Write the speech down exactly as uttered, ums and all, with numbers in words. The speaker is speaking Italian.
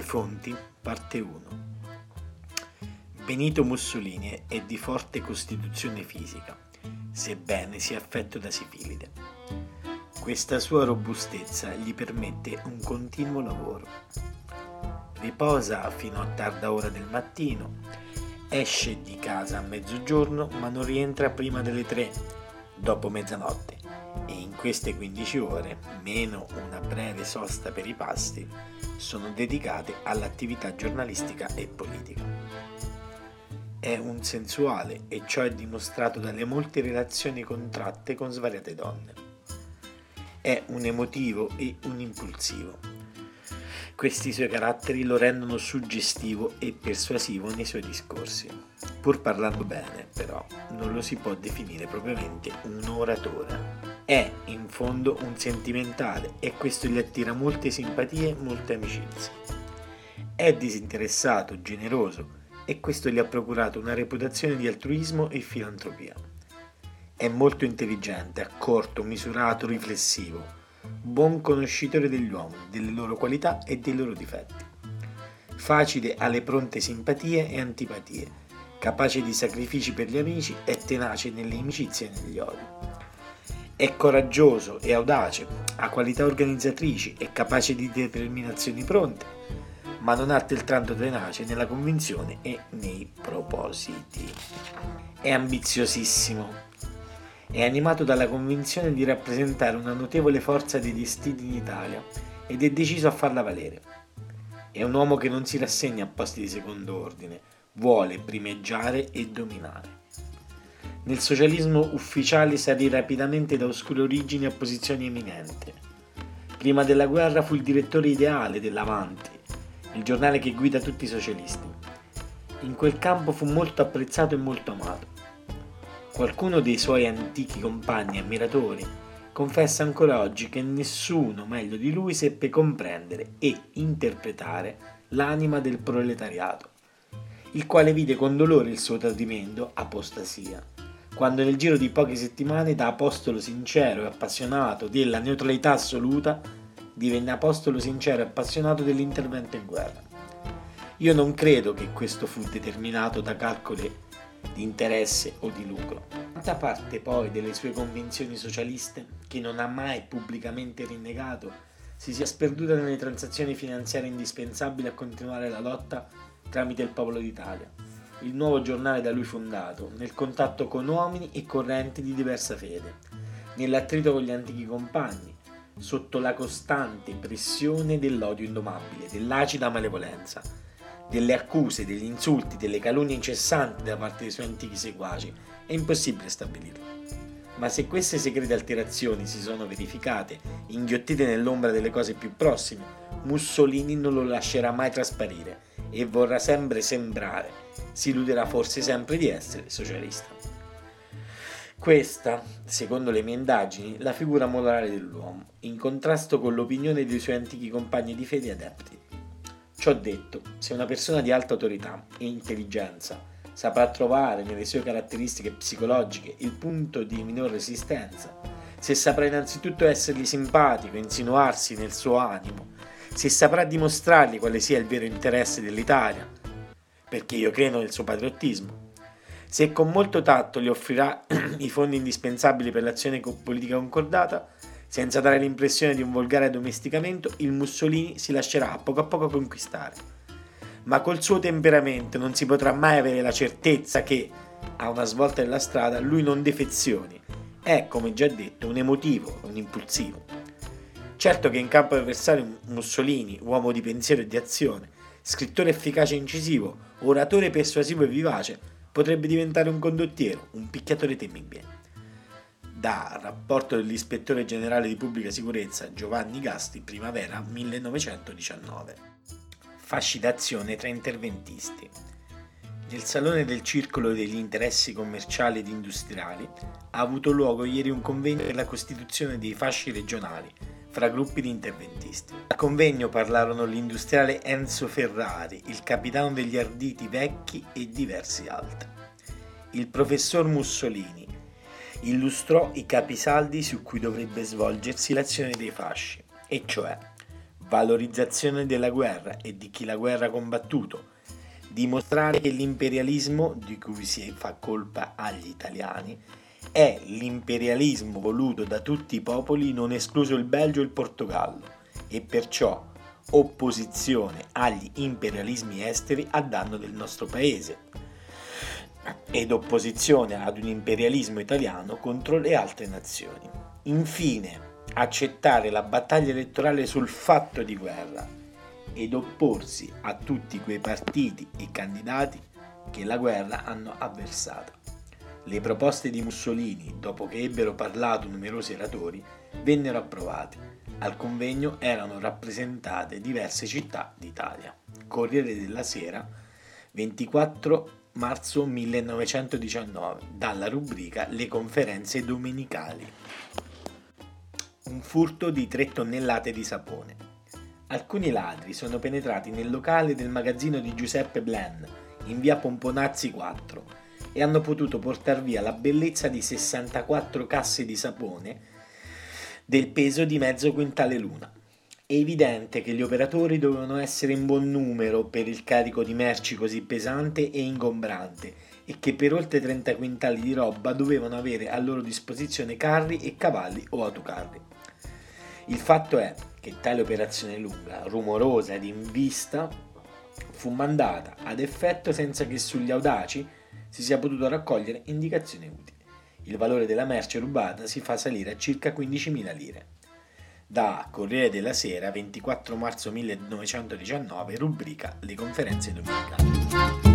fonti, parte uno. Benito Mussolini è di forte costituzione fisica, sebbene sia affetto da sifilide. Questa sua robustezza gli permette un continuo lavoro. Riposa fino a tarda ora del mattino, esce di casa a mezzogiorno ma non rientra prima delle tre, dopo mezzanotte, e in queste quindici ore, meno una breve sosta per i pasti, sono dedicate all'attività giornalistica e politica. È un sensuale e ciò è dimostrato dalle molte relazioni contratte con svariate donne. È un emotivo e un impulsivo. Questi suoi caratteri lo rendono suggestivo e persuasivo nei suoi discorsi. Pur parlando bene, però, non lo si può definire propriamente un oratore. È, in fondo, un sentimentale e questo gli attira molte simpatie e molte amicizie. È disinteressato, generoso e questo gli ha procurato una reputazione di altruismo e filantropia. È molto intelligente, accorto, misurato, riflessivo, buon conoscitore degli uomini, delle loro qualità e dei loro difetti. Facile alle pronte simpatie e antipatie, capace di sacrifici per gli amici e tenace nelle amicizie e negli odi. È coraggioso e audace, ha qualità organizzatrici, è capace di determinazioni pronte, ma non ha altrettanto tenace nella convinzione e nei propositi. È ambiziosissimo, è animato dalla convinzione di rappresentare una notevole forza dei destini in Italia ed è deciso a farla valere. È un uomo che non si rassegna a posti di secondo ordine, vuole primeggiare e dominare. Nel socialismo ufficiale salì rapidamente da oscure origini a posizioni eminenti. Prima della guerra fu il direttore ideale dell'Avanti, il giornale che guida tutti i socialisti. In quel campo fu molto apprezzato e molto amato. Qualcuno dei suoi antichi compagni e ammiratori confessa ancora oggi che nessuno meglio di lui seppe comprendere e interpretare l'anima del proletariato, il quale vide con dolore il suo tradimento, apostasia, quando nel giro di poche settimane da apostolo sincero e appassionato della neutralità assoluta divenne apostolo sincero e appassionato dell'intervento in guerra. Io non credo che questo fu determinato da calcoli di interesse o di lucro. Tanta parte poi delle sue convinzioni socialiste, che non ha mai pubblicamente rinnegato, si sia sperduta nelle transazioni finanziarie indispensabili a continuare la lotta tramite il Popolo d'Italia, il nuovo giornale da lui fondato, nel contatto con uomini e correnti di diversa fede, nell'attrito con gli antichi compagni, sotto la costante pressione dell'odio indomabile, dell'acida malevolenza, delle accuse, degli insulti, delle calunnie incessanti da parte dei suoi antichi seguaci. È impossibile stabilirlo. Ma se queste segrete alterazioni si sono verificate, inghiottite nell'ombra delle cose più prossime, Mussolini non lo lascerà mai trasparire e vorrà sempre sembrare, si illuderà forse sempre di essere socialista. Questa, secondo le mie indagini, la figura morale dell'uomo, in contrasto con l'opinione dei suoi antichi compagni di fede e adepti. Ciò detto, se una persona di alta autorità e intelligenza saprà trovare nelle sue caratteristiche psicologiche il punto di minor resistenza, se saprà innanzitutto essergli simpatico e insinuarsi nel suo animo, se saprà dimostrargli quale sia il vero interesse dell'Italia, perché io credo nel suo patriottismo, se con molto tatto gli offrirà i fondi indispensabili per l'azione politica concordata, senza dare l'impressione di un volgare addomesticamento, il Mussolini si lascerà a poco a poco conquistare. Ma col suo temperamento non si potrà mai avere la certezza che, a una svolta della strada, lui non defezioni. È, come già detto, un emotivo, un impulsivo. Certo che in campo avversario Mussolini, uomo di pensiero e di azione, scrittore efficace e incisivo, oratore persuasivo e vivace, potrebbe diventare un condottiero, un picchiatore temibile. Da rapporto dell'ispettore generale di pubblica sicurezza Giovanni Gasti, primavera millenovecentodiciannove. Fasci d'azione tra interventisti. Nel salone del circolo degli interessi commerciali ed industriali ha avuto luogo ieri un convegno per la costituzione dei fasci regionali fra gruppi di interventisti. Al convegno parlarono l'industriale Enzo Ferrari, il capitano degli Arditi Vecchi e diversi altri. Il professor Mussolini illustrò i capisaldi su cui dovrebbe svolgersi l'azione dei fasci, e cioè valorizzazione della guerra e di chi la guerra ha combattuto, dimostrare che l'imperialismo di cui si fa colpa agli italiani è l'imperialismo voluto da tutti i popoli, non escluso il Belgio e il Portogallo, e perciò opposizione agli imperialismi esteri a danno del nostro paese ed opposizione ad un imperialismo italiano contro le altre nazioni. Infine, accettare la battaglia elettorale sul fatto di guerra ed opporsi a tutti quei partiti e candidati che la guerra hanno avversata. Le proposte di Mussolini, dopo che ebbero parlato numerosi oratori, vennero approvate. Al convegno erano rappresentate diverse città d'Italia. Corriere della Sera, ventiquattro marzo millenovecentodiciannove, dalla rubrica Le conferenze domenicali. Un furto di tre tonnellate di sapone. Alcuni ladri sono penetrati nel locale del magazzino di Giuseppe Blen, in via Pomponazzi quattro, e hanno potuto portar via la bellezza di sessantaquattro casse di sapone del peso di mezzo quintale l'una. È evidente che gli operatori dovevano essere in buon numero per il carico di merci così pesante e ingombrante e che per oltre trenta quintali di roba dovevano avere a loro disposizione carri e cavalli o autocarri. Il fatto è che tale operazione lunga, rumorosa ed in vista fu mandata ad effetto senza che sugli audaci si sia potuto raccogliere indicazioni utili. Il valore della merce rubata si fa salire a circa quindicimila lire. Da Corriere della Sera, ventiquattro marzo millenovecentodiciannove, rubrica Le conferenze domenicali.